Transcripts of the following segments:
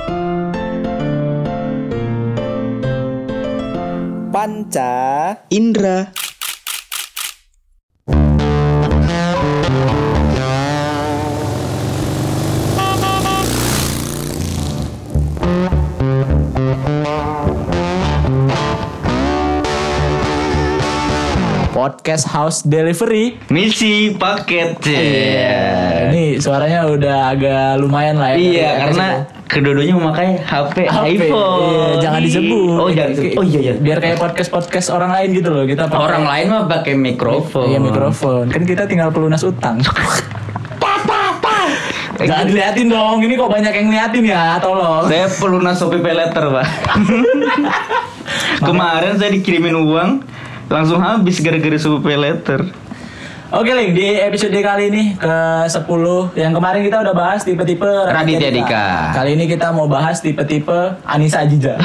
Panca Indra. Podcast House Delivery. Misi paket. Ini suaranya udah agak lumayan lah ya. Iya, karena kedua-duanya memakai HP iPhone. Iya, jangan disebut. Oh, jangan disebut. Oh iya. Biar kayak podcast orang lain gitu loh. Kita pakai Orang lain mah pakai mikrofon. Iya, mikrofon. Kan kita tinggal pelunas utang. Jangan diliatin dong. Ini kok banyak yang ngeliatin ya, tolong. Saya pelunas Shopee Pay Later, Pak. Kemarin saya dikirimin uang langsung habis gara-gara Shopee Pay Later. Oke, Ling, di episode kali ini ke-10. Yang kemarin kita udah bahas tipe-tipe Raditya Dika. Kali ini kita mau bahas tipe-tipe Anissa Ajija.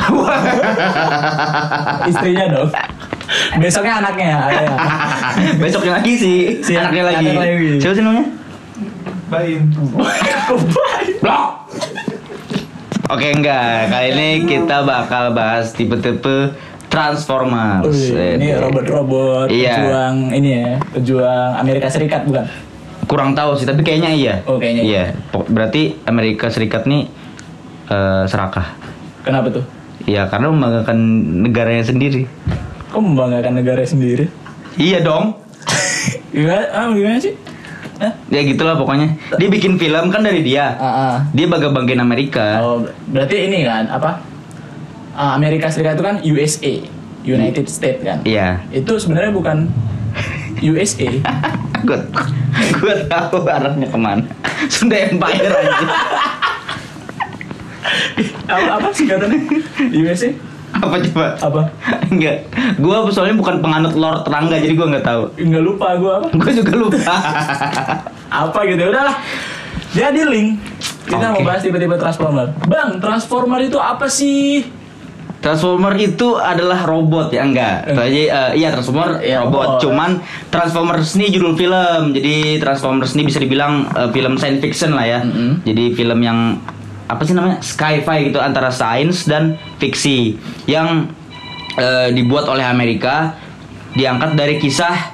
Istrinya dong. Besoknya anaknya. Ya. Besoknya lagi sih. Anaknya lagi. Siapa sih namanya? Bain. Blok. Oke, enggak. Kali ini kita bakal bahas tipe-tipe Transformers. Ini robot-robot pejuang ini ya, pejuang Amerika Serikat bukan? Kurang tahu sih, tapi kayaknya iya. Oh, kayaknya iya. Berarti Amerika Serikat nih serakah. Kenapa tuh? Iya, karena membanggakan negaranya sendiri. Kok membanggakan negara sendiri? Iya dong. Gimana sih? Ya gitulah pokoknya. Dia bikin film kan dari dia. Dia bangga-banggain Amerika. Oh, berarti ini kan apa? Amerika Serikat itu kan USA, United States kan? Iya. Itu sebenarnya bukan USA. Gue tahu arahnya kemana. Sunda Empire aja. Apa sih katanya? USA? Apa coba? Apa? Enggak. Gue soalnya bukan penganut lore terangga, jadi gue nggak tahu. Nggak lupa gue apa? Gue juga lupa. Apa gitu? Udahlah. Jadi Link, kita mau bahas tipe-tipe Transformer. Bang, Transformer itu apa sih? Transformer itu adalah robot ya, enggak. Iya Transformer robot. Cuman Transformers ini judul film. Jadi Transformers ini bisa dibilang film science fiction lah ya. Jadi film yang apa sih namanya? Sci-fi gitu, antara sains dan fiksi. Yang dibuat oleh Amerika, diangkat dari kisah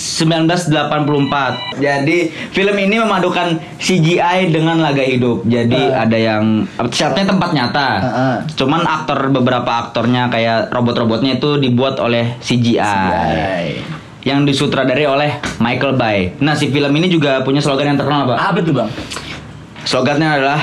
1984. Jadi film ini memadukan CGI dengan laga hidup. Jadi ada yang setnya tempat nyata. Cuman beberapa aktornya kayak robot-robotnya itu dibuat oleh CGI. Yang disutradarai oleh Michael Bay. Nah, si film ini juga punya slogan yang terkenal, Pak. Apa tuh, Bang? Slogannya adalah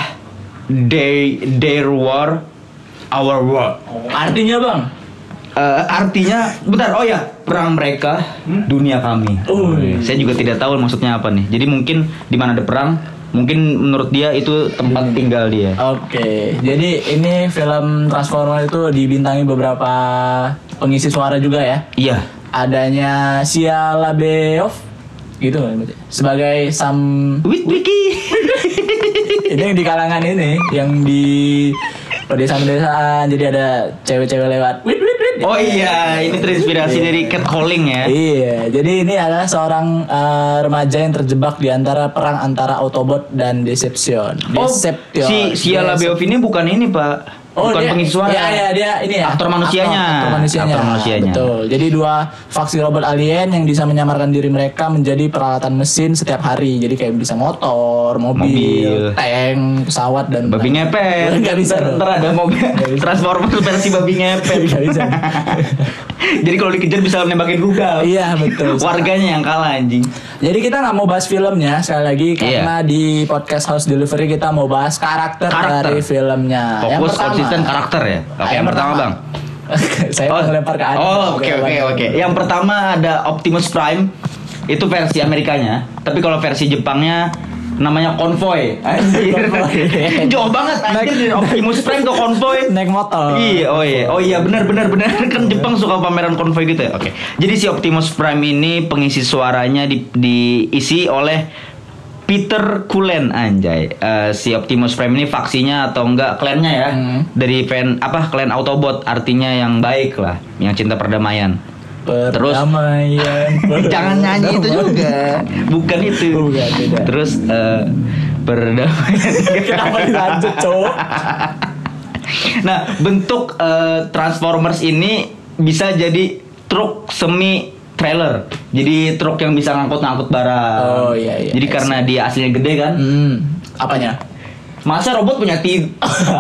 Their War, Our War. Artinya, Bang? Artinya bentar, perang mereka, dunia kami. Saya juga tidak tahu maksudnya apa nih. Jadi mungkin di mana ada perang, mungkin menurut dia itu tempat tinggal dia. Oke. Jadi ini film Transformer itu dibintangi beberapa pengisi suara juga ya? Iya. Adanya Shia LaBeouf gitu sebagai Sam Witwicky. Ini yang di kalangan ini, yang di pedesaan-pedesaan, jadi ada cewek-cewek lewat. Oh iya, ini terinspirasi dari catcalling ya. Iya, jadi ini adalah seorang remaja yang terjebak di antara perang antara Autobot dan Deception. Si Shia LaBeouf ini bukan ini, Pak. Bukan pengisi suara. Iya, dia ini ya. Aktor manusianya. Aktor manusianya. Betul. Jadi dua faksi robot alien yang bisa menyamarkan diri mereka menjadi peralatan mesin setiap hari. Jadi kayak bisa motor, mobil, tank, pesawat dan babi ngepet. Enggak bisa. Ntar ada mobil Transformers versi babi ngepet. Enggak bisa. Jadi kalau dikejar bisa nembakin Google. Iya, betul. Warganya yang kalah anjing. Jadi kita nggak mau bahas filmnya sekali lagi karena di podcast House Delivery kita mau bahas karakter dari filmnya. Fokus konsisten karakter ya. Oke, yang pertama, Bang. Saya melempar ke Adi. Oke. Yang pertama ada Optimus Prime. Itu versi Amerikanya. Tapi kalau versi Jepangnya namanya Convoy. Anjir. Jauh banget anjir dari Optimus Prime ke Convoy. Naik motor. Iya, benar. Kan Jepang suka pameran Convoy gitu ya. Oke. Jadi si Optimus Prime ini pengisi suaranya diisi oleh Peter Cullen, anjay. Si Optimus Prime ini faksinya atau enggak klannya ya. Dari klan Autobot, artinya yang baik lah, yang cinta perdamaian. Perdamaian. Jangan nyanyi itu juga. Bukan itu. Terus perdamaian. Kenapa dilanjut, cowok? Nah, bentuk Transformers ini bisa jadi truk semi trailer. Jadi truk yang bisa ngangkut barang. Oh iya. Jadi karena dia aslinya gede kan. Apanya? Masa robot punya tino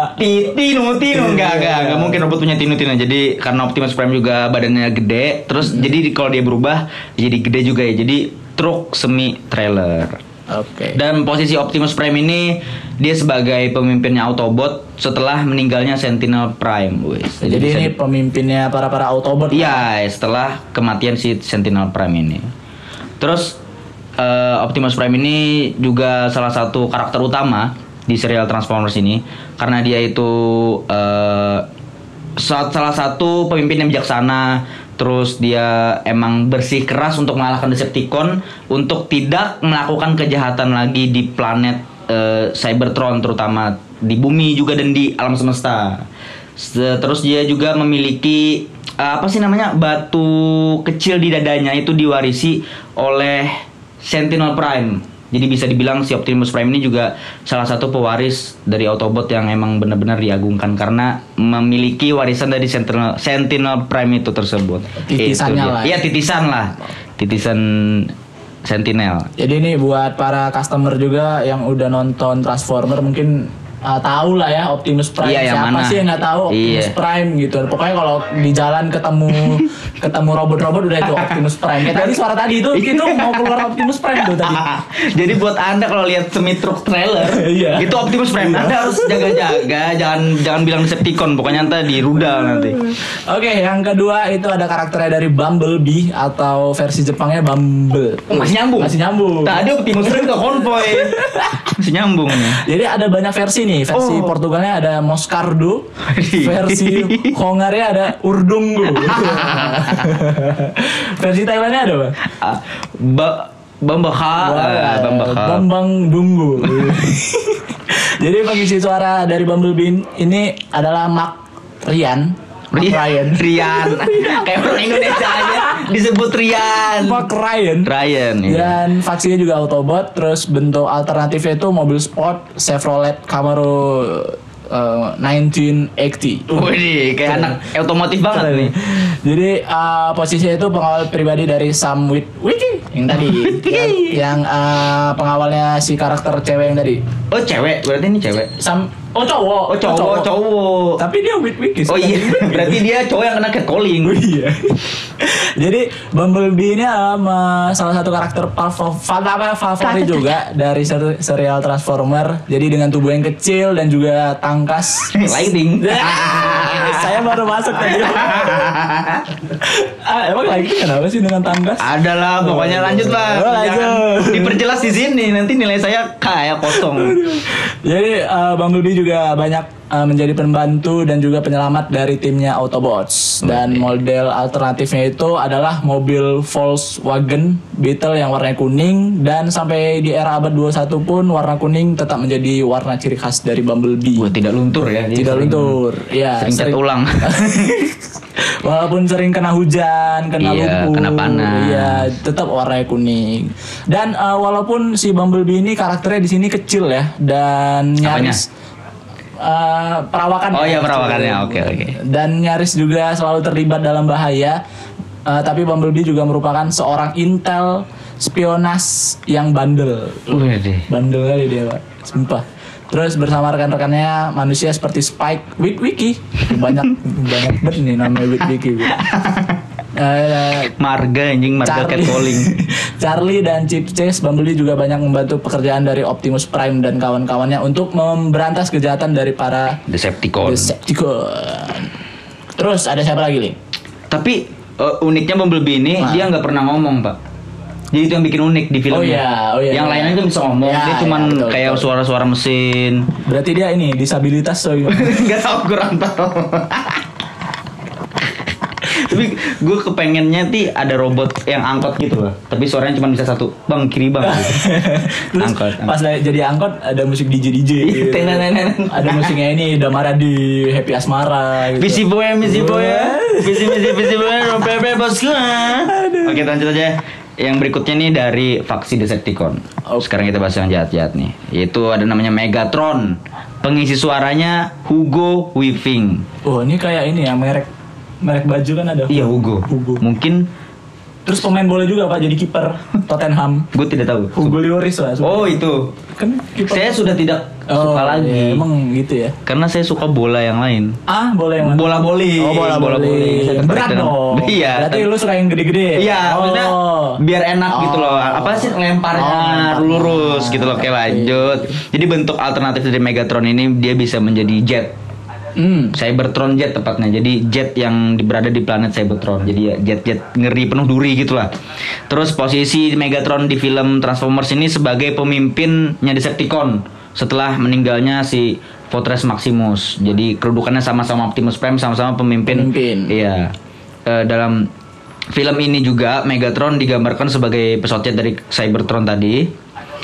enggak mungkin robot punya tino. Jadi karena Optimus Prime juga badannya gede, terus jadi kalau dia berubah jadi gede juga ya. Jadi truk semi trailer. Oke. Dan posisi Optimus Prime ini dia sebagai pemimpinnya Autobot setelah meninggalnya Sentinel Prime. Jadi ini pemimpinnya para Autobot. Iya, setelah kematian si Sentinel Prime ini. Terus Optimus Prime ini juga salah satu karakter utama di serial Transformers ini karena dia itu salah satu pemimpin yang bijaksana. Terus dia emang bersih keras untuk mengalahkan Decepticon untuk tidak melakukan kejahatan lagi di planet Cybertron, terutama di bumi juga dan di alam semesta. Terus dia juga memiliki batu kecil di dadanya, itu diwarisi oleh Sentinel Prime. Jadi bisa dibilang si Optimus Prime ini juga salah satu pewaris dari Autobot yang emang benar-benar diagungkan karena memiliki warisan dari Sentinel Prime itu tersebut. Titisannya lah. Iya, titisan Sentinel. Jadi ini buat para customer juga yang udah nonton Transformer mungkin tahu lah ya Optimus Prime. Iya, siapa mana? sih yang nggak tahu Optimus Prime gitu. Pokoknya kalau di jalan ketemu robot-robot udah itu Optimus Prime. Kayak tadi suara tadi itu mau keluar Optimus Prime tuh tadi. Jadi buat Anda kalau lihat semi truk trailer itu Optimus Prime. Anda harus jaga-jaga, jangan bilang Decepticon, pokoknya Anda di rudal nanti. Oke, yang kedua itu ada karakternya dari Bumblebee atau versi Jepangnya Bumble. Masih nyambung. Tadi Optimus Prime ke konvoy. Masih nyambung nih. Jadi ada banyak versi nih. Versi Portugalnya ada Moscardo, versi Hongarnya ada Urdunggu. Versi Thailandnya ada apa? Bambang Dunggu. Jadi pengisi suara dari Bumblebee ini adalah Mark Ryan. Kayak orang Indonesia aja disebut Ryan. Mark Ryan. Iya. Dan faksinya juga Autobot. Terus bentuk alternatifnya itu mobil sport Chevrolet Camaro 1980. Wih, kayak anak otomotif banget nih. Jadi posisinya itu pengawal pribadi dari Sam Witwicky yang tadi, yang pengawalnya si karakter cewek yang tadi. Oh cewek, berarti ini cewek. Cowok. Tapi dia Witwicky. Oh iya, berarti dia cowok yang kena catcalling. Iya. Jadi Bumblebee ini salah satu karakter favorit juga dari serial Transformer. Jadi dengan tubuh yang kecil dan juga tangkas. Lighting. Saya baru masuk tadi. Emang lighting kenapa sih dengan tangkas? Ada lah, pokoknya lanjut lah. Lanjut. Diperjelas di sini, nanti nilai saya kayak kosong. Jadi Bumblebee juga banyak menjadi pembantu dan juga penyelamat dari timnya Autobots. Dan model alternatifnya itu adalah mobil Volkswagen Beetle yang warnanya kuning, dan sampai di era abad 21 pun warna kuning tetap menjadi warna ciri khas dari Bumblebee. Tidak luntur ya. Tidak luntur. Ya, sering cat ulang. Walaupun sering kena hujan, kena lumpur, kena panas, ya tetap warnanya kuning. Dan walaupun si Bumblebee ini karakternya di sini kecil ya, dan nyaris perawakan. Oh iya, perawakannya. Oke. Dan nyaris juga selalu terlibat dalam bahaya. Tapi Bumblebee juga merupakan seorang intel spionas yang bandel. Bandel kali dia, Pak. Sumpah. Terus bersama rekan-rekannya manusia seperti Spike Witwicky. Banyak banget nih namanya Witwicky. Marga catcalling. Charlie dan Chip Chase, Bumblebee juga banyak membantu pekerjaan dari Optimus Prime dan kawan-kawannya untuk memberantas kejahatan dari para Decepticon. Terus ada siapa lagi, Ling? Tapi uniknya Bumblebee ini dia nggak pernah ngomong, Pak. Jadi itu yang bikin unik di filmnya. Oh iya. Yang lainnya tuh bisa ngomong, dia cuman kayak suara-suara mesin. Berarti dia ini disabilitas so gimana? Gak tau, kurang tahu. Tapi gue kepengennya ada robot yang angkot gitu loh. Tapi suaranya cuma bisa satu, bang kiri bang. Gitu. Terus angkot. Pas jadi angkot ada musik DJ. Gitu. Ada musiknya ini Damara di Happy Asmara. Gitu. Visi boy. Visi boy. Bosku. Oke, lanjut aja. Yang berikutnya nih dari faksi Decepticon. Sekarang kita bahas yang jahat-jahat nih. Yaitu ada namanya Megatron. Pengisi suaranya Hugo Weaving. Oh, ini kayak ini ya, merek baju kan ada. Iya, Hugo. Mungkin terus pemain bola juga Pak, jadi kiper Tottenham. gue tidak tahu. Hugo Lloris Pak. Oh, itu. Kan kiper. Saya sudah tidak suka lagi. Iya, emang gitu ya. Karena saya suka bola yang lain. Bola yang mana? Bola bowling. Oh, bola bowling. Berat dong. Iya. Berarti lu suka yang gede-gede. Iya, maksudnya biar enak gitu loh. Apa sih lemparnya lurus gitu loh, kayak lanjut. Jadi bentuk alternatif dari Megatron ini dia bisa menjadi jet. Cybertron jet tepatnya. Jadi jet yang berada di planet Cybertron. Jadi ya jet-jet ngeri penuh duri gitulah. Terus posisi Megatron di film Transformers ini sebagai pemimpinnya Decepticon setelah meninggalnya si Fortress Maximus. Jadi kedudukannya sama-sama Optimus Prime, sama-sama pemimpin. Iya. Dalam film ini juga Megatron digambarkan sebagai pesawat jet dari Cybertron tadi.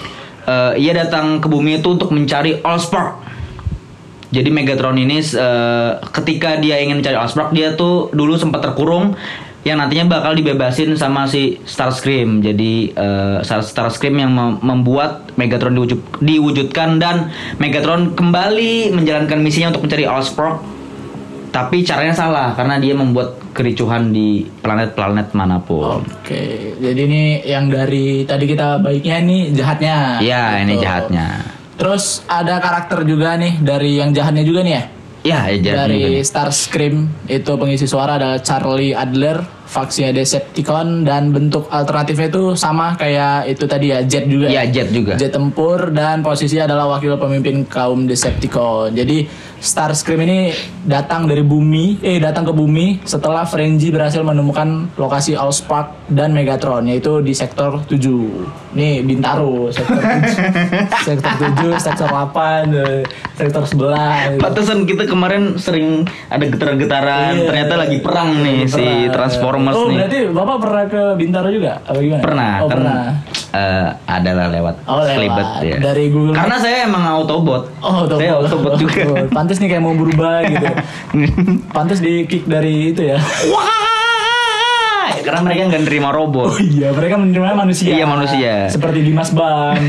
Ia datang ke bumi itu untuk mencari Allspark. Jadi Megatron ini ketika dia ingin mencari Allspark, dia tuh dulu sempat terkurung yang nantinya bakal dibebasin sama si Starscream. Jadi Starscream yang membuat Megatron diwujudkan dan Megatron kembali menjalankan misinya untuk mencari Allspark. Tapi caranya salah karena dia membuat kericuhan di planet-planet manapun. Oke, jadi ini yang dari tadi kita baiknya ini jahatnya. Iya, gitu. Ini jahatnya. Terus ada karakter juga nih dari yang jahatnya juga nih ya. Iya, dari Starscream itu pengisi suara adalah Charlie Adler, faksinya Decepticon, dan bentuk alternatifnya itu sama kayak itu tadi ya, Jet juga. Iya, Jet juga. Jet tempur dan posisinya adalah wakil pemimpin kaum Decepticon. Jadi Starscream ini datang ke bumi setelah Frenzy berhasil menemukan lokasi Allspark dan Megatron, yaitu di sektor 7. Nih Bintaro, sektor 7, sektor 7, sektor 8, sektor 11. Pantesan kita kemarin sering ada getar-getaran, ternyata lagi perang nih si Transformers nih. Oh, berarti Bapak pernah ke Bintaro juga? Apa gimana? Pernah. Oh, pernah. Adalah lewat. Selibet ya. Dari Google. Karena saya emang Autobot. Autobot. Saya Autobot juga. Pantes nih kayak mau berubah gitu. Pantes di kick dari itu ya. Wah! Karena mereka nggak nerima robot. Oh iya, mereka menerima manusia. Iya, manusia. Seperti Dimas Bang.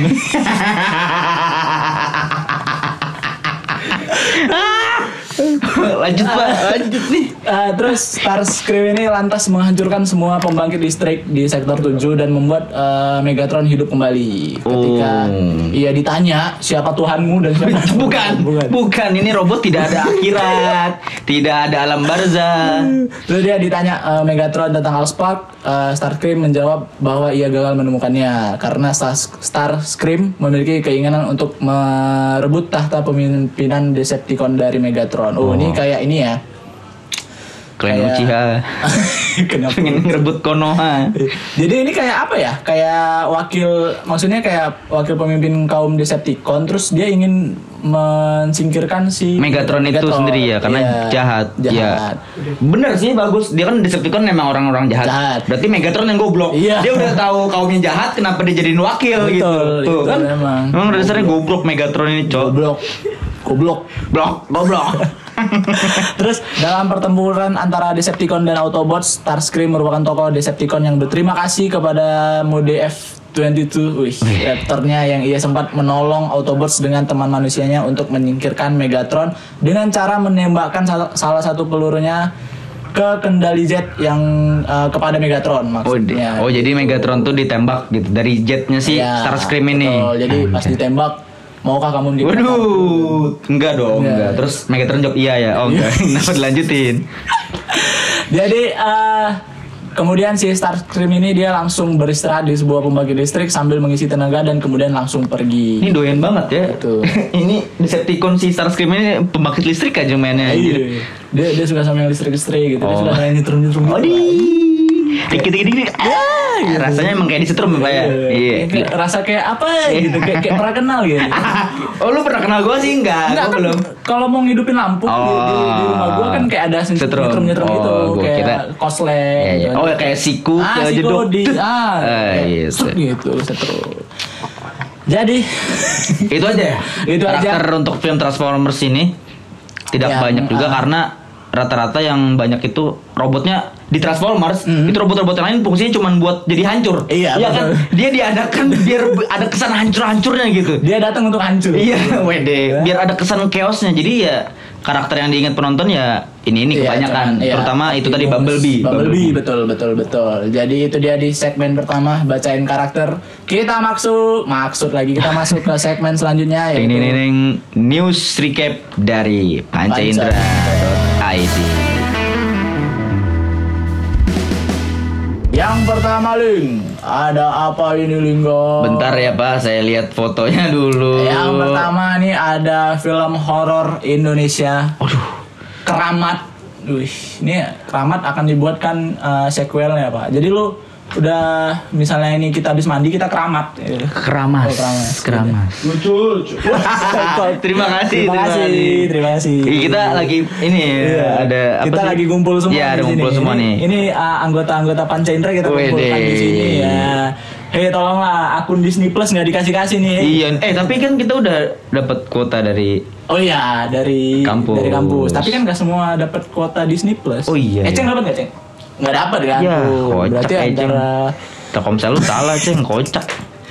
Lanjut nih. Terus Starscream ini lantas menghancurkan semua pembangkit listrik di sektor 7 dan membuat Megatron hidup kembali. Ketika ia ditanya siapa Tuhanmu dan siapa bukan ini robot tidak ada akhirat, tidak ada alam barzah. Terus dia ditanya Megatron tentang Allspark, Starscream menjawab bahwa ia gagal menemukannya karena Starscream memiliki keinginan untuk merebut tahta pemimpinan Decepticon dari Megatron. Ini kayak ini ya. Klan Uchiha. Kenapa? Pengen ngerebut Konoha. Jadi ini kayak apa ya? Kayak maksudnya kayak wakil pemimpin kaum Decepticon, terus dia ingin mensingkirkan si Megatron itu sendiri ya, karena jahat. Ya. Bener sih, bagus. Dia kan Decepticon memang orang-orang jahat. Berarti Megatron yang goblok. Iya. Dia udah tahu kaumnya jahat, kenapa dia jadiin wakil. Betul, gitu. Tuh kan? Memang dasarnya goblok Megatron ini, Cok. Goblok. Terus dalam pertempuran antara Decepticon dan Autobots, Starscream merupakan tokoh Decepticon yang berterima kasih kepada mode F-22, Raptornya yang ia sempat menolong Autobots dengan teman manusianya untuk menyingkirkan Megatron dengan cara menembakkan salah satu pelurunya ke kendali jet yang kepada Megatron maksudnya. Oh, jadi Megatron tuh ditembak gitu dari jetnya si Starscream ini. Betul. Jadi pas ditembak, maukah kamu dikatakan? Waduh, enggak dong, enggak. Terus Megatron jawab iya ya. Oh enggak, kenapa dilanjutin? Jadi kemudian si Starscream ini dia langsung beristirahat di sebuah pembangkit listrik sambil mengisi tenaga dan kemudian langsung pergi. Ini doyan banget ya. Betul. Ini Decepticon si Starscream ini pembangkit listrik aja mainnya. Iya. Dia suka sama yang listrik-listrik gitu. Dia suka main nyetrum-nyetrum gitu. Dikit-dikit. Rasanya emang kayak disetrum Pak ya. Iya. Rasa kayak apa gitu, kayak pernah kenal gitu. Oh, lu pernah kenal gue sih? Enggak, gue belum. Kalau mau ngidupin lampu di rumah gue kan kayak ada nyetrum gitu, kayak kosleng. Oh, kayak siku jeduk. Gitu, setrum. Jadi itu aja. Itu karakter untuk film Transformers ini tidak banyak juga karena rata-rata yang banyak itu robotnya di Transformers itu robot-robot yang lain fungsinya cuma buat jadi hancur. Iya, kan? Dia diadakan biar ada kesan hancur-hancurnya gitu. Dia datang untuk hancur. Iya, wede. Biar ada kesan chaosnya. Jadi ya karakter yang diingat penonton ya ini kebanyakan. Terutama itu tadi Bumblebee. Betul. Jadi itu dia di segmen pertama bacain karakter. Kita maksud lagi kita masuk ke segmen selanjutnya yaitu news recap dari pancaindra.id. Yang pertama, Ling, ada apa ini, Linggo? Bentar ya Pak, saya lihat fotonya dulu. Yang pertama nih ada film horor Indonesia. Keramat. Ini Keramat akan dibuatkan sequelnya, Pak. Jadi lu udah misalnya ini kita habis mandi kita keramat. Keramas. Lucu. Terima kasih. Kita lagi ini ada apa kita sih? lagi ngumpul semua. Iya, ada ngumpul semua nih. Ini anggota Pancaindra kita kumpulkan di sini ya. Tolonglah akun Disney Plus nggak dikasih nih. Iya, tapi kan kita udah dapat kuota dari. Oh iya, dari kampus. Tapi kan nggak semua dapat kuota Disney Plus. Oh iya. Ceng dapat nggak, Ceng? Nggak dapat kan? Ya, berarti antara Telkomsel lu salah, Ceng, kocak.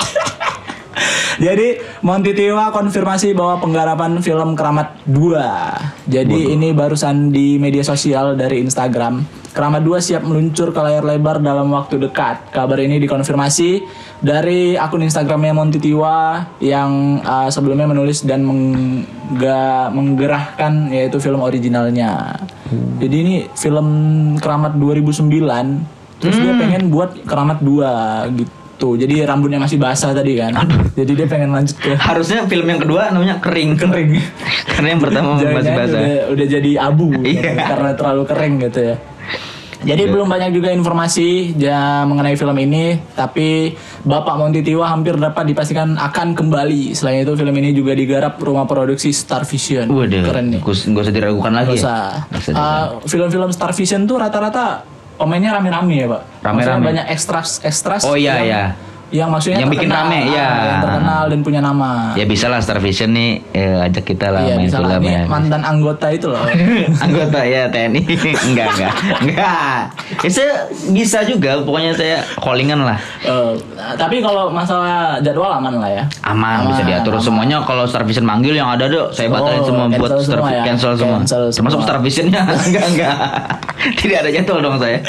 Jadi Monty Tiwa konfirmasi bahwa penggarapan film Keramat 2. Jadi ini barusan di media sosial dari Instagram. Keramat 2 siap meluncur ke layar lebar dalam waktu dekat. Kabar ini dikonfirmasi dari akun Instagramnya Monty Tiwa yang sebelumnya menulis dan menggerahkan yaitu film originalnya. Jadi ini film Keramat 2009. Terus dia pengen buat Keramat 2 gitu. Jadi rambutnya masih basah tadi kan. Jadi dia pengen lanjut ke. Harusnya film yang kedua namanya kering. Karena yang pertama masih basah. Udah jadi abu karena terlalu kering gitu ya. Jadi belum banyak juga informasi mengenai film ini, tapi Bapak Monty Tiwa hampir dapat dipastikan akan kembali. Selain itu film ini juga digarap rumah produksi Star Vision. Waduh, keren nih. Gak usah diragukan lagi. Film-film Star Vision tuh rata-rata pemainnya rame-rame ya, Pak. Rame-rame. Banyak ekstras. Oh iya. Yang maksudnya yang bikin rame yang terkenal dan punya nama. Ya bisa lah Star Vision nih ajak kita lah main film ya. Mantan anggota itu loh. Anggota ya TNI. Enggak. Saya bisa juga, pokoknya saya callingan lah. Tapi kalau masalah jadwal aman lah ya. Aman bisa diatur semuanya. Kalau Star Vision manggil yang ada deh, saya batalin semua buat cancel semua. Termasuk Star Visionnya. Enggak. Tidak ada jadwal dong saya.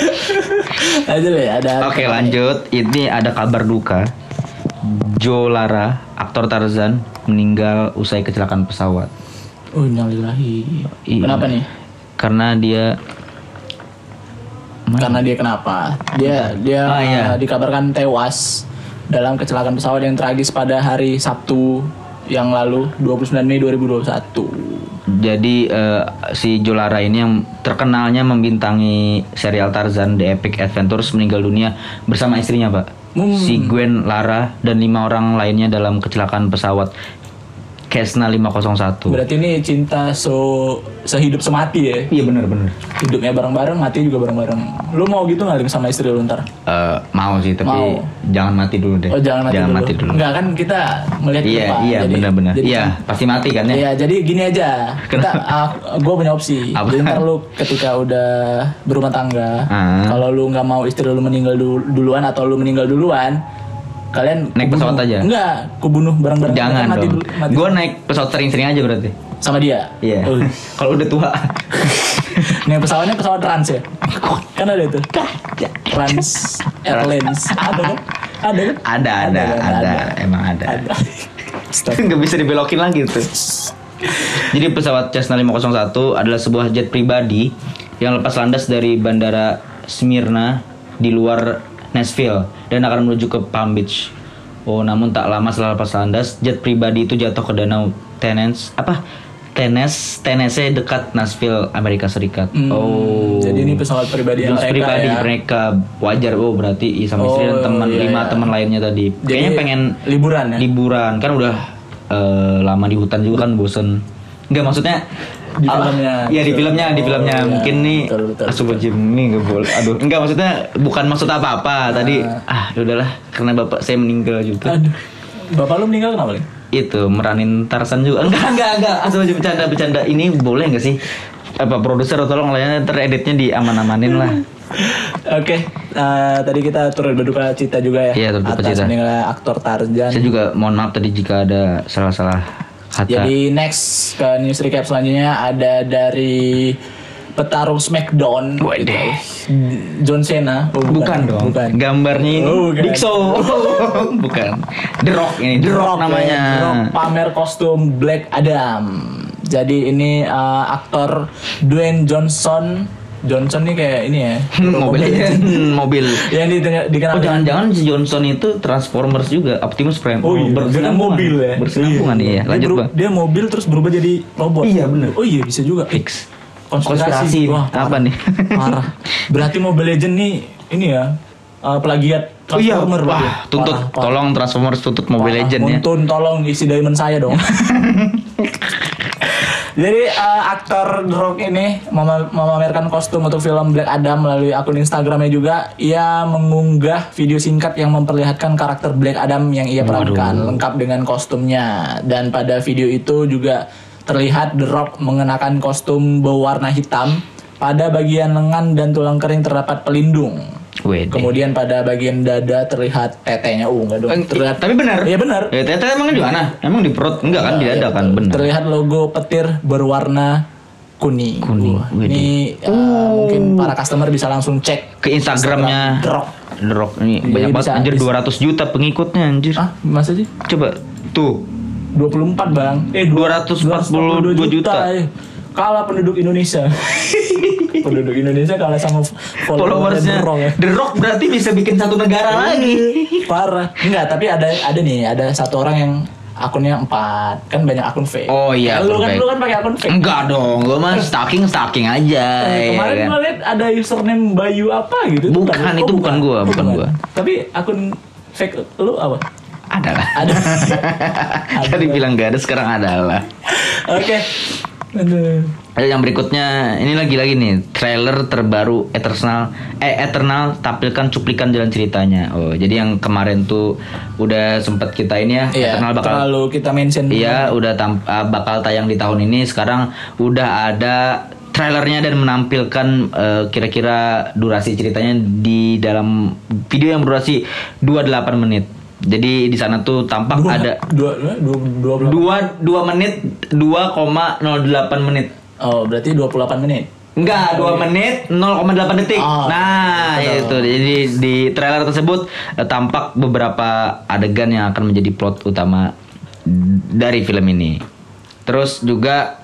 Oke, lanjut. Ini ada kabar duka. Joe Lara, aktor Tarzan, meninggal usai kecelakaan pesawat. Innalillahi. Kenapa nih? Karena dia kenapa? Dia dikabarkan tewas dalam kecelakaan pesawat yang tragis pada hari Sabtu yang lalu 29 Mei 2021. Jadi si Joe Lara ini yang terkenalnya membintangi serial Tarzan The Epic Adventures meninggal dunia bersama istrinya, Pak. Si Gwen Lara dan 5 orang lainnya dalam kecelakaan pesawat Cessna 501. Berarti ini cinta sehidup semati ya? Iya benar. Hidupnya bareng-bareng, mati juga bareng-bareng. Lu mau gitu nggak sama istri lu ntar? Mau sih, tapi jangan mati dulu deh. Oh jangan mati dulu. Enggak kan kita melihat Iya benar. Iya pasti mati kan ya. Iya jadi gini aja. Gue punya opsi. Jadi ntar lu ketika udah berumah tangga, kalau lu nggak mau istri lu meninggal duluan atau lu meninggal duluan, kalian naik pesawat aja? Enggak, kubunuh bareng-bareng. Jangan dong. Gue naik pesawat sering-sering aja berarti. Sama dia? Iya. Kalau udah tua. Nih pesawatnya pesawat Trans ya? Kan ada itu. Trans Airlines. Ada kan? Ada. Emang ada. Nggak bisa dibelokin lagi tuh. Jadi pesawat Cessna 501 adalah sebuah jet pribadi yang lepas landas dari bandara Smyrna di luar Nashville dan akan menuju ke Palm Beach. Namun tak lama setelah lepas landas, jet pribadi itu jatuh ke danau Tennessee dekat Nashville, Amerika Serikat. Jadi ini pesawat pribadi yang mereka wajar. Berarti sama istri dan teman 5 teman lainnya tadi. Kayaknya pengen liburan ya. Liburan kan udah lama di hutan juga kan bosen. Enggak maksudnya di filmnya. Iya di filmnya mungkin nih Astagfirullahaladzim nih enggak boleh. Enggak maksudnya bukan maksud apa-apa tadi. Udahlah karena bapak saya meninggal juga. Bapak lu meninggal kenapa, Ling? Itu meranin Tarzan juga. Enggak. Astagfirullahaladzim bercanda. Ini boleh enggak sih? produser tolong lah ya, tereditnya diaman-amanin lah. Oke, tadi kita turut berduka cita juga ya, Iya, turut berduka atas cita. meninggalnya aktor Tarzan. Saya juga mohon maaf tadi jika ada salah-salah kata. Jadi next ke news recap selanjutnya ada dari petarung Smackdown, Waduh. John Cena. Oh, Bukan dong. Bukan. Gambarnya ini Oh, bukan. Big Show. Bukan. The Rock ini. The Rock namanya. Ya, The Rock pamer kostum Black Adam. Jadi ini aktor Dwayne Johnson nih kayak ini ya. Mobil. Yang dikenal. Oh, jangan-jangan si Johnson itu Transformers juga, Optimus Prime. Oh iya, dengan mobil ya. Bersenambungan iya. Lanjut, Bang. Dia mobil terus berubah jadi robot. Iya, bener. Oh iya, bisa juga. Fix. Konspirasi. Wah, apa nih? Parah. Berarti Mobile Legend nih ini ya. Plagiat Transformer. Wah, tuntut. Tolong Transformers tuntut Mobile Legend ya. Muntun, tolong isi diamond saya dong. Jadi aktor The Rock ini memamerkan kostum untuk film Black Adam melalui akun Instagramnya juga. Ia mengunggah video singkat yang memperlihatkan karakter Black Adam yang ia perankan lengkap dengan kostumnya. Dan pada video itu juga terlihat The Rock mengenakan kostum berwarna hitam. Pada bagian lengan dan tulang kering terdapat pelindung. Wede. Kemudian pada bagian dada terlihat tetenya. Enggak dong. Terlihat. Tapi benar. Iya benar. Ya, tete emang di mana? Emang di perut? Enggak kan, di dada kan, benar. Terlihat logo petir berwarna kuning. Kuning. Wah, ini mungkin para customer bisa langsung cek Ke Instagramnya The Rock. The Rock ini Jadi banyak banget bisa- anjir, bisa- 200 juta pengikutnya anjir. Ah, masa sih? Coba tuh 24 bang. 242 juta. Kalah penduduk Indonesia. Penduduk Indonesia kalah sama followersnya. The Rock ya. The Rock berarti bisa bikin satu negara lagi. Parah. Enggak, tapi ada satu orang yang akunnya 4. Kan banyak akun fake. Oh iya, Lu akun fake. kan pakai akun fake. Enggak dong, gue mah stalking aja. Kemarin ya kan? gue liat ada username Bayu apa gitu. Bukan, itu bukan gua, bukan gua. Tapi akun fake lu apa? Ada lah. Ada. Tadi bilang gak ada, sekarang ada lah. Oke. Aduh. Yang berikutnya ini lagi nih trailer terbaru Eternal tampilkan cuplikan jalan ceritanya. Oh, jadi yang kemarin tuh udah sempet kita ini ya, Iya, Eternal bakal terlalu kita mention. iya udah bakal tayang di tahun ini. Sekarang udah ada trailernya dan menampilkan kira-kira durasi ceritanya di dalam video yang berdurasi 28 menit. Jadi di sana tuh tampak ada 2 menit 2,08 menit. Oh, berarti 28 menit. Enggak, 2 menit 0,8 detik. Oh, Nah, itu. Jadi di trailer tersebut tampak beberapa adegan yang akan menjadi plot utama dari film ini. Terus juga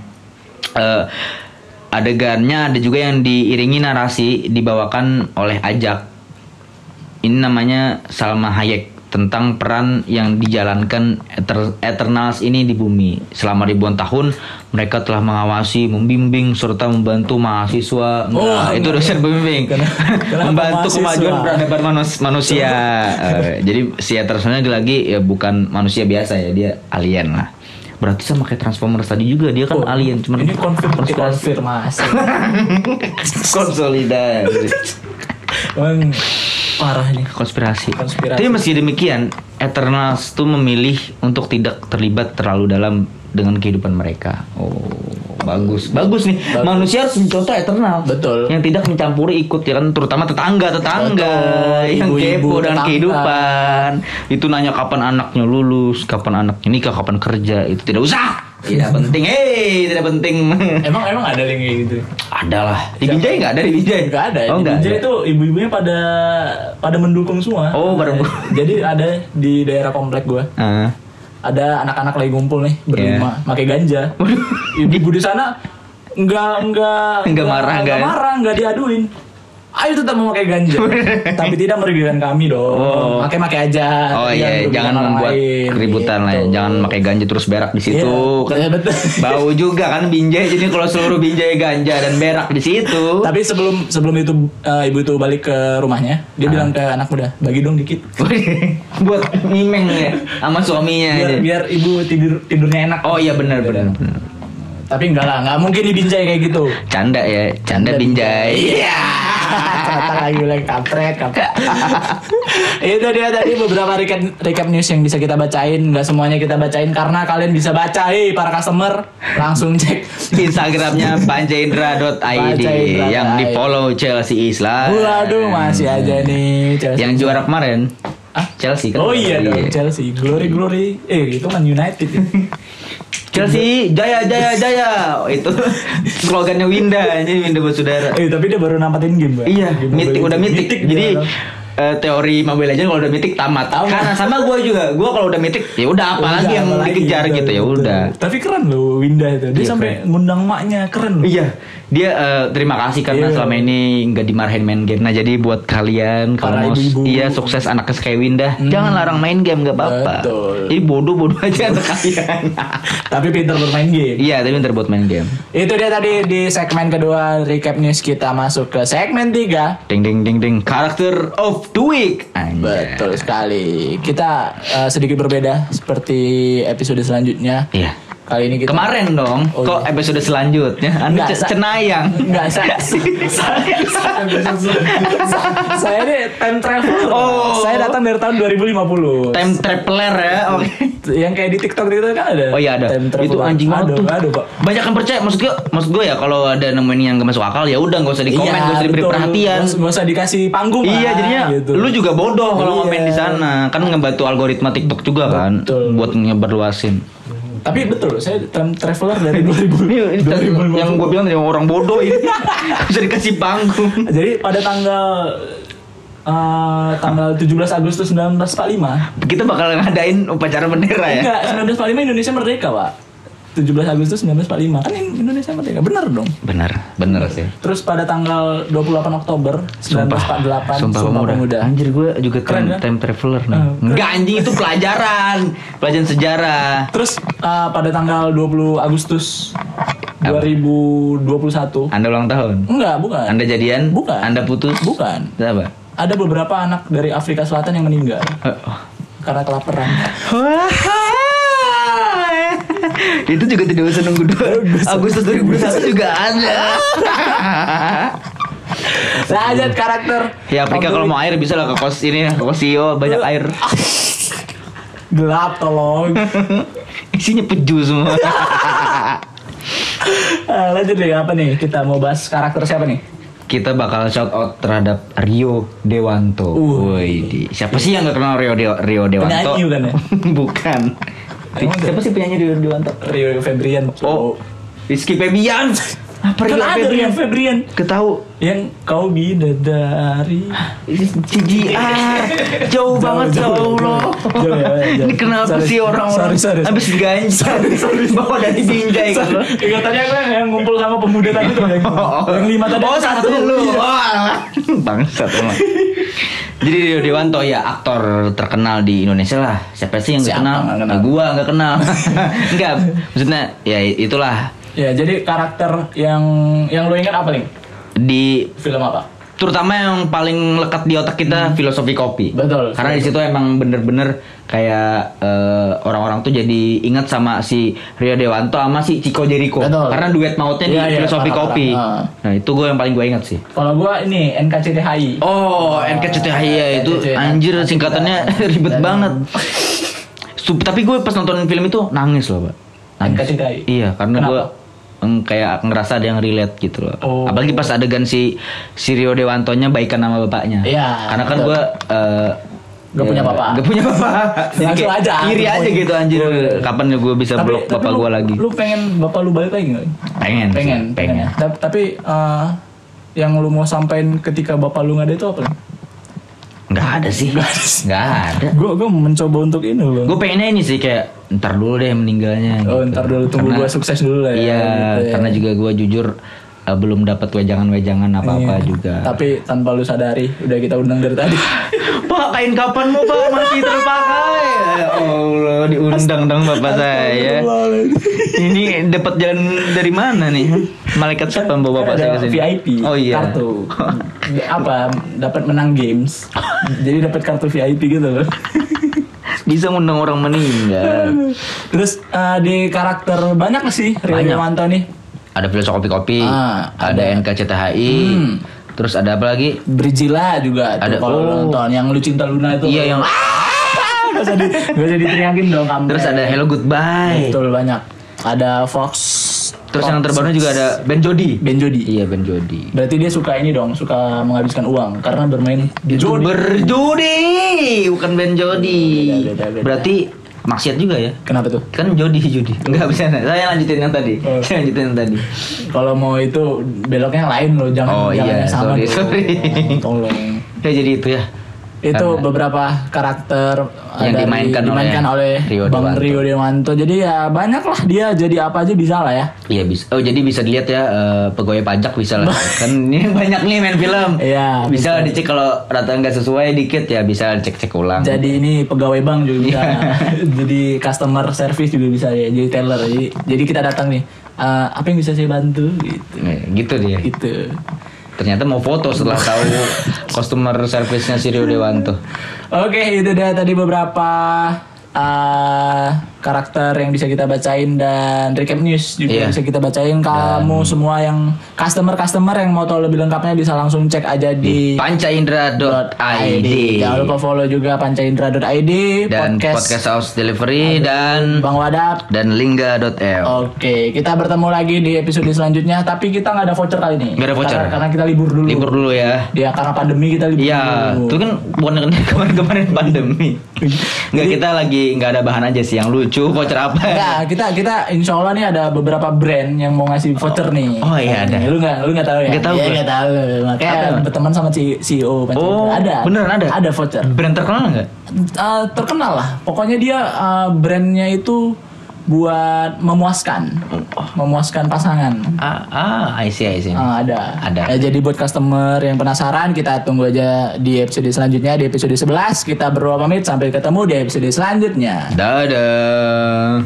adegannya ada juga yang diiringi narasi dibawakan oleh Ajak. Ini namanya Salma Hayek, tentang peran yang dijalankan Eternals ini di bumi. Selama ribuan tahun mereka telah mengawasi, membimbing serta membantu mahasiswa. Itu dosen pembimbing. Membantu kemajuan peradaban manusia. Jadi si Eternalsnya lagi ya bukan manusia biasa ya, dia alien lah. Berarti sama kayak Transformers tadi juga, dia kan alien, cuman ini konfirmasi. Konsolidasi. Parah nih. Konspirasi. Tapi meski demikian, Eternals tuh memilih untuk tidak terlibat terlalu dalam dengan kehidupan mereka. Oh, bagus nih. Manusia harus mencontoh Eternal. Betul. Yang tidak mencampuri ikut ya kan, terutama tetangga yang kepo dengan kehidupan. Itu nanya kapan anaknya lulus, kapan anaknya nikah, kapan kerja. Itu tidak usah. Tidak penting. Tidak penting. Emang ada yang kayak gitu? Ada lah. Di Binjai nggak ada di Binjai? Nggak ada. Oh, di nggak Binjai ada. itu ibu-ibunya pada mendukung semua. Oh, pada jadi ada di daerah komplek gua. Ada anak-anak lagi ngumpul nih berlima, pakai ganja. Ibu di sana nggak marah, nggak diaduin. Ayo tetap memakai ganja, tapi tidak merugikan kami dong. Pakai aja. Oh iya, jangan membuat keributan lah. Ya. Jangan pakai ganja terus berak di situ. Kan betul. Bau juga kan Binjai. Jadi kalau seluruh Binjai ganja dan berak di situ. Tapi sebelum itu ibu itu balik ke rumahnya, dia bilang ke anak muda, bagi dong dikit. Buat mimeng ya sama suaminya. Biar ibu tidurnya enak. Oh iya benar. Tapi enggak lah, enggak mungkin dibinjai kayak gitu. Canda ya, canda binjai. Iya. Ternyata lagi bilang kampret. Itu dia tadi beberapa recap news yang bisa kita bacain. Enggak semuanya kita bacain karena kalian bisa baca, para customer langsung cek Instagramnya pancaindra.id yang di follow Chelsea Islam. Waduh, masih aja nih Chelsea. Yang juara kemarin. Chelsea kan. Oh iya dong, Chelsea. Glory. Itu kan United. Chelsea jaya. Itu slogannya Winda, ini Winda Basudara. Tapi dia baru nampatin game, Bang. Iya, udah mitik. Jadi teori Mobile Legends kalau udah mitik tamat. Karena sama gue juga. Gue kalau udah mitik ya udah apalagi yang dikejar gitu ya udah. Tapi keren loh Winda itu. Dia sampai ngundang maknya, keren loh. Iya. Dia terima kasih karena selama ini nggak dimarahin main game. Nah jadi buat kalian kalau mau sukses anaknya kayak Winda, jangan larang main game, nggak apa-apa. Jadi bodoh aja anak kalian. Tapi pintar bermain game. Iya, tapi pintar buat main game. Itu dia tadi di segmen kedua recap news. Kita masuk ke segmen 3. Ding. Character of the week. Anjay. Betul sekali. Kita sedikit berbeda seperti episode selanjutnya. Iya. Kali ini kita kemarin dong. Kok episode selanjutnya? Anda cenayang. Enggak, saya nih time traveler. Saya datang dari tahun 2050. Time traveler ya. Oke. Yang kayak di TikTok itu kan ada. Oh iya ada. Itu anjing banget tuh. Aduh, Pak. Banyak yang percaya. Maksud gue ya kalau ada nemuin yang gak masuk akal ya udah enggak usah di komen, enggak usah diberi perhatian. Enggak usah dikasih panggung. Iya, jadinya gitu. Lu juga bodoh kalau komen di sana. Kan ngebantu algoritma TikTok juga kan buat nyebarluasin. Tapi betul, saya time traveler dari 2000. Yang gue bilang orang bodoh ini bisa dikasih panggung. Jadi pada tanggal 17 Agustus 1945 kita bakal ngadain upacara bendera ya. Enggak, 1945 Indonesia merdeka, Pak. 17 Agustus 1945 kan Indonesia merdeka. Benar dong? Benar sih. Terus pada tanggal 28 Oktober 1948 Sumpah Pemuda. Anjir gue juga keren time traveler nih. Enggak anjing, itu pelajaran sejarah. Terus pada tanggal 20 Agustus 2021 Anda ulang tahun? Enggak, bukan. Anda jadian? Bukan. Anda putus? Bukan. Apa? Ada beberapa anak dari Afrika Selatan yang meninggal karena kelaparan. Itu juga tidak usah nunggu Agustus 2021 juga ada. Lanjut karakter. Ya Afrika kalau mau air bisa lah ke kos ini, ke kos CEO banyak air. Gelap tolong. Isinya peju semua. Lanjut deh, apa nih? Kita mau bahas karakter siapa nih? Kita bakal shout out terhadap Rio Dewanto. Woi, siapa sih yang nggak kenal Rio Dewanto? Penyanyi bukan ya? Bukan. Siapa sih penyanyi Rio Dewanto? Rio Febrian. Rizky Febian. Apa Rio Febrian? Ketahu yang kau bidadari. CGR. Jauh banget ya Allah. Ini kenapa sih orang-orang habis ganja bawa dari binjai kan lo? Ingatannya gue yang ngumpul sama pemuda tadi tuh yang 5 tadi. Satu lu. Bangsat emang. Jadi Rio Dewanto ya aktor terkenal di Indonesia lah. Siapa sih yang gak kenal? Gua gak kenal. Enggak, maksudnya ya itulah. Ya, jadi karakter yang lo ingat apa nih? Di film apa? Terutama yang paling lekat di otak kita filosofi kopi. Betul. Karena di situ emang bener-bener kayak orang-orang tuh jadi ingat sama si Rio Dewanto sama si Chico Jericho. Betul. Karena duet mautnya di filosofi kopi. Nah itu gue yang paling gue ingat sih. Kalau gue ini NKCTHI. Oh NKCTHI ya itu anjir singkatannya ribet banget. Tapi gue pas nonton film itu nangis loh, Pak. NKCTHI. Iya karena gue kayak ngerasa ada yang relate gitu loh. Apalagi pas adegan si Rio Dewantonya baikan sama bapaknya. Iya. Karena kan gue gak punya bapak. Langsung aja. Iri aja gitu anjir. Kapan gue bisa blok bapak gue lagi? Lu pengen bapak lu balik lagi nggak? Pengen. Tapi yang lu mau sampein ketika bapak lu nggak ada itu apa? Nggak ada sih. Nggak ada. Gue mencoba untuk ini loh. Gue pengennya ini sih kayak ntar dulu deh meninggalnya. Oh gitu. Ntar dulu tunggu gue sukses dulu lah ya. Iya gitu, karena juga gue jujur belum dapat wejangan apa-apa juga. Tapi tanpa lu sadari udah kita undang dari tadi. Pak kain kapan mau Pak masih terpakai? Ya Allah diundang dong bapak saya. Ini dapat jalan dari mana nih? Malaikat siapa bawa bapak saya kesini? VIP. Oh iya. Kartu. Apa? Dapat menang games. Jadi dapat kartu VIP gitu loh. Bisa ngundang orang meninggal. Terus di karakter banyak sih Rio Banyak. Dewanto nih. Ada filosofi, ada. ada NKCTHI. Terus ada apa lagi? Brizilla juga tuh Ada, kalau nonton yang Lu Cinta Luna itu. Iya yang Gak usah diteriakin dong kamu. terus ada Hello Goodbye. Betul banyak. Ada Fox. Terus yang terbaru juga ada Ben Jody. Ben Jody. Iya Ben Jody. Berarti dia suka ini dong, suka menghabiskan uang karena bermain judi. Berjudi, bukan Ben Jody. Beda. Berarti maksiat juga ya? Kenapa tuh? Kan judi. Enggak bisa. Saya lanjutin yang tadi. Oh. Saya lanjutin yang tadi. Kalau mau itu beloknya yang lain loh, jangan Oh, jangan iya, yang sama sorry, dulu. sorry. Tolong. Ya jadi itu ya. Itu Karena- beberapa karakter Yang dimainkan oleh Rio Bang Dewanto. Rio Dewanto. Jadi ya banyak lah dia jadi apa aja bisa lah ya. Iya bisa. Oh jadi bisa dilihat ya pegawai pajak bisa lah. Kan ini banyak nih main film. Iya, Bisa dicek kalau rata nggak sesuai dikit ya bisa cek ulang. Jadi ini pegawai bank juga bisa. Iya. Jadi customer service juga bisa ya. Jadi teller. Jadi kita datang nih. Apa yang bisa saya bantu? Gitu. Gitu dia. Gitu. Ternyata mau foto setelah tahu customer service-nya si Rio Dewanto. Oke, itu dia tadi beberapa karakter yang bisa kita bacain dan recap news juga Iya. bisa kita bacain. Kamu semua yang customer yang mau tahu lebih lengkapnya bisa langsung cek aja di pancaindra.id. Jangan lupa follow juga pancaindra.id, Dan podcast House Delivery dan Bang Wadap. lingga.l. Oke, kita bertemu lagi di episode selanjutnya. Tapi kita nggak ada voucher kali ini. Nggak ada voucher. Karena kita libur dulu. Libur dulu ya. Ya karena pandemi kita libur Iya, dulu. itu kan bukan kemarin pandemi. Enggak, kita lagi nggak ada bahan aja sih yang lucu, voucher apa? Enggak, kita insya Allah nih ada beberapa brand yang mau ngasih voucher nih. Oh, iya, ada. Lu nggak tahu ya? Nggak tahu Iya, gue. nggak tahu. Makanya Apa? berteman sama CEO Pancaindra. Oh, Ada. beneran ada? Ada voucher. Brand terkenal nggak? Terkenal lah. Pokoknya dia brandnya itu buat memuaskan, memuaskan pasangan. I see. Ada. Ada. Ya, jadi buat customer yang penasaran, kita tunggu aja di episode selanjutnya. Di episode 11 kita berdua pamit, sampai ketemu di episode selanjutnya. Dadah.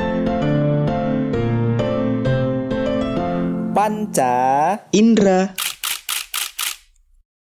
Panca Indra.